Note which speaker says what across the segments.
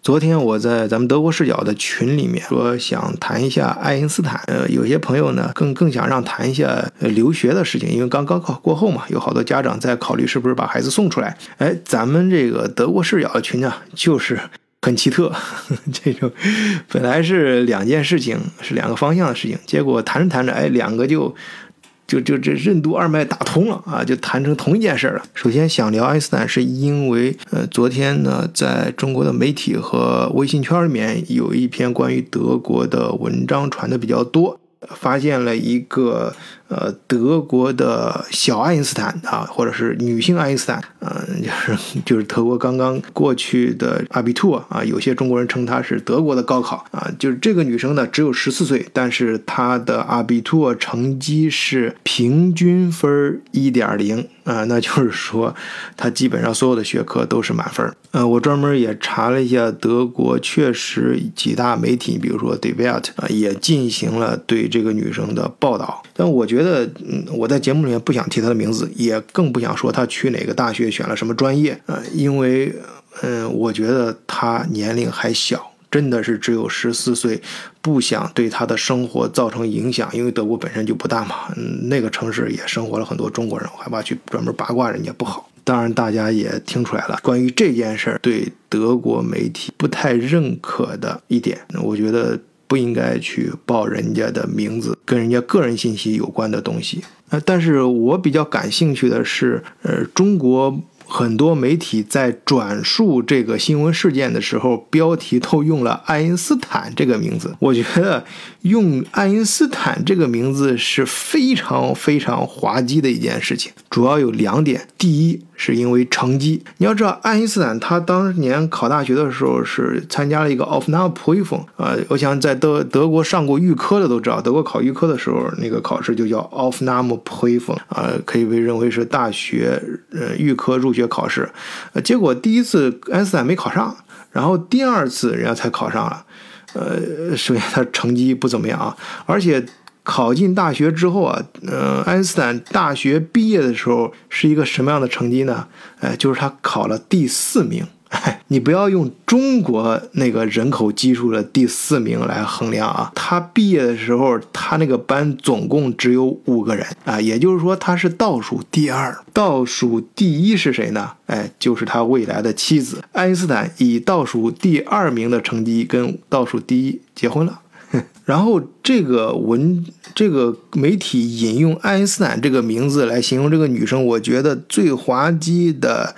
Speaker 1: 昨天我在咱们德国视角的群里面说想谈一下爱因斯坦，有些朋友呢更想让谈一下留学的事情，因为刚高考过后嘛，有好多家长在考虑是不是把孩子送出来。咱们这个德国视角的群啊，就是很奇特，这种本来是两件事情，是两个方向的事情，结果谈着谈着，两个就这任督二脉打通了啊，就谈成同一件事了。首先想聊爱因斯坦，是因为昨天呢，在中国的媒体和微信圈里面有一篇关于德国的文章传的比较多，发现了一个德国的小爱因斯坦啊，或者是女性爱因斯坦，就是德国刚刚过去的阿比兔啊，有些中国人称她是德国的高考啊，就是这个女生呢只有14岁，但是她的阿比兔成绩是平均分 1.0 啊，那就是说她基本上所有的学科都是满分。我专门也查了一下德国，确实几大媒体，比如说 Die Welt 也进行了对这个女生的报道，但我觉得我在节目里面不想提她的名字，也更不想说她去哪个大学选了什么专业，因为我觉得她年龄还小，真的是只有14岁，不想对她的生活造成影响，因为德国本身就不大嘛，那个城市也生活了很多中国人，我害怕去专门八卦人家不好。当然大家也听出来了，关于这件事对德国媒体不太认可的一点，我觉得不应该去报人家的名字，跟人家个人信息有关的东西。但是我比较感兴趣的是，中国很多媒体在转述这个新闻事件的时候，标题都用了爱因斯坦这个名字。我觉得用爱因斯坦这个名字是非常非常滑稽的一件事情，主要有2点。第一，是因为成绩。你要知道，爱因斯坦他当年考大学的时候是参加了一个 Aufnahmeprüfung，我想在德国上过预科的都知道，德国考预科的时候那个考试就叫 Aufnahmeprüfung，可以被认为是大学预科入学考试。结果第一次爱因斯坦没考上，然后第2次人家才考上了。首先他成绩不怎么样啊，而且考进大学之后啊，爱因斯坦大学毕业的时候是一个什么样的成绩呢？就是他考了第4名。你不要用中国那个人口基数的第4名来衡量啊，他毕业的时候他那个班总共只有5个人啊，也就是说他是倒数第2，倒数第1是谁呢？就是他未来的妻子。爱因斯坦以倒数第2名的成绩跟倒数第1结婚了。然后这个媒体引用爱因斯坦这个名字来形容这个女生，我觉得最滑稽的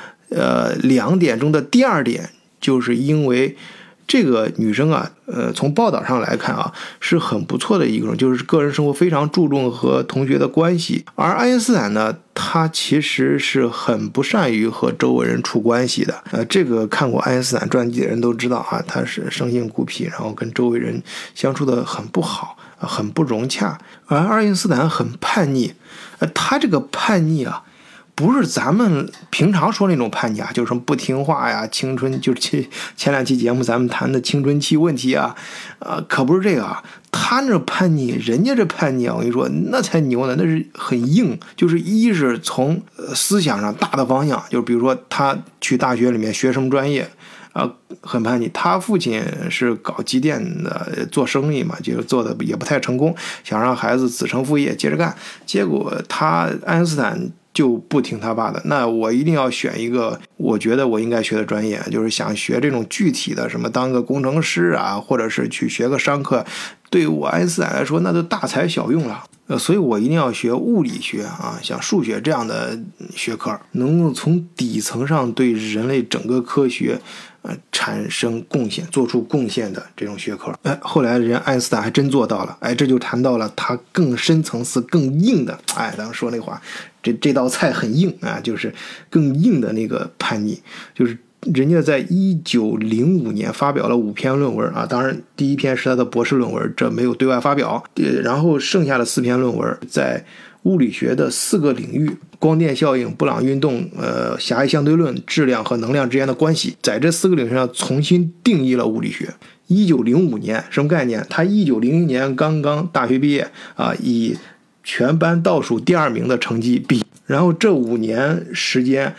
Speaker 1: 2点中的第2点，就是因为这个女生啊，从报道上来看啊，是很不错的一个人，就是个人生活非常注重和同学的关系。而爱因斯坦呢，他其实是很不善于和周围人处关系的。这个看过爱因斯坦传记的人都知道啊，他是生性孤僻，然后跟周围人相处的很不好，很不融洽。而爱因斯坦很叛逆，他这个叛逆啊，不是咱们平常说那种叛逆啊，就是什么不听话呀，青春，就是前2期节目咱们谈的青春期问题啊，可不是这个啊。他那叛逆，人家这叛逆啊，我跟你说那才牛呢，那是很硬，就是一是从思想上大的方向，就是比如说他去大学里面学什么专业很叛逆。他父亲是搞机电的，做生意嘛，就做的也不太成功，想让孩子子承父业接着干，结果爱因斯坦就不听他爸的，那我一定要选一个我觉得我应该学的专业，就是想学这种具体的什么当个工程师啊，或者是去学个商科，对我爱因斯坦来说那就大材小用了。所以我一定要学物理学啊，像数学这样的学科，能够从底层上对人类整个科学产生贡献，做出贡献的这种学科。后来人爱因斯坦还真做到了。这就谈到了他更深层次更硬的，咱们说那话，这道菜很硬啊，就是更硬的那个叛逆。就是人家在1905年发表了5篇论文啊，当然第1篇是他的博士论文，这没有对外发表，然后剩下的4篇论文在物理学的4个领域，光电效应、布朗运动、狭义相对论、质量和能量之间的关系，在这4个领域上重新定义了物理学。1905年什么概念？他1900年刚刚大学毕业啊，以全班倒数第2名的成绩毕业，然后这5年时间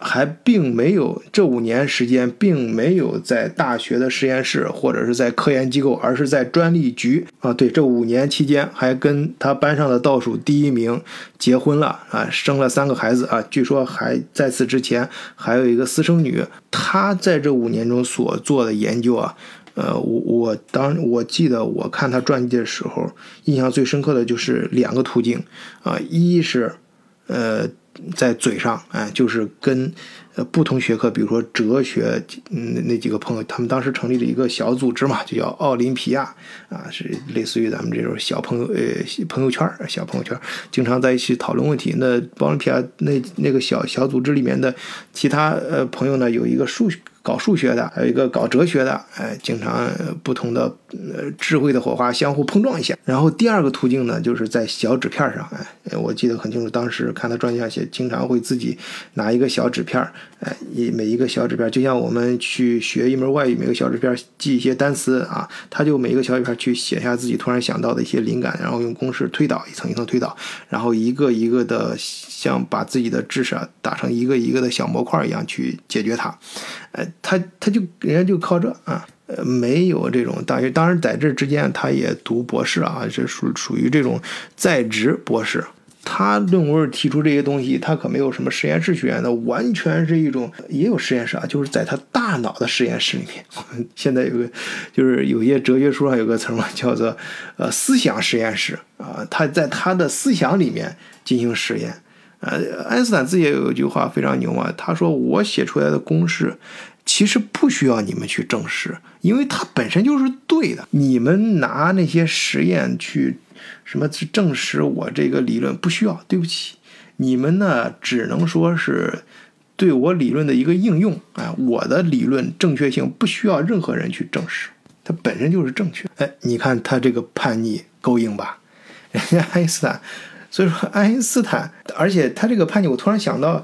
Speaker 1: 还并没有这5年时间并没有在大学的实验室或者是在科研机构，而是在专利局啊。对，这5年期间还跟他班上的倒数第1名结婚了啊，生了3个孩子啊。据说还在此之前还有一个私生女。他在这5年中所做的研究啊，我记得我看他传记的时候，印象最深刻的就是2个途径啊，一是在嘴上，就是跟不同学科，比如说哲学，那几个朋友，他们当时成立了一个小组织嘛，就叫奥林匹亚啊，是类似于咱们这种小朋友圈，经常在一起讨论问题。那奥林匹亚那个小组织里面的其他朋友呢，有一个搞数学的，还有一个搞哲学的，经常不同的智慧的火花相互碰撞一下。然后第2个途径呢，就是在小纸片上，我记得很清楚，当时看他传记上写，经常会自己拿一个小纸片，每一个小纸片就像我们去学一门外语，每个小纸片记一些单词啊，他就每一个小纸片去写下自己突然想到的一些灵感，然后用公式推导，一层一层推导，然后一个一个的像把自己的知识打成一个一个的小模块一样去解决它。他就人家就靠这啊，没有这种大学，当然在这之间他也读博士啊，这属于这种在职博士。他论文提出这些东西，他可没有什么实验室学院的，完全是一种，也有实验室啊，就是在他大脑的实验室里面。现在就是有些哲学书上有个词嘛，叫做思想实验室啊，他在他的思想里面进行实验。爱因斯坦自己也有一句话非常牛啊，他说我写出来的公式其实不需要你们去证实，因为它本身就是对的。你们拿那些实验去什么去证实我这个理论不需要，对不起，你们呢只能说是对我理论的一个应用。我的理论正确性不需要任何人去证实，它本身就是正确。你看他这个叛逆够硬吧？人家爱因斯坦。所以说爱因斯坦，而且他这个叛逆，我突然想到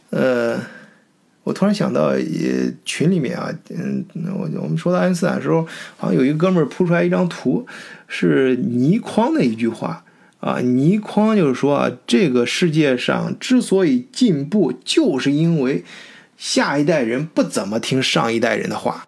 Speaker 1: 群里面啊，我们说到爱因斯坦的时候，好像有一个哥们儿铺出来一张图，是倪匡的一句话啊。倪匡就是说啊，这个世界上之所以进步，就是因为下一代人不怎么听上一代人的话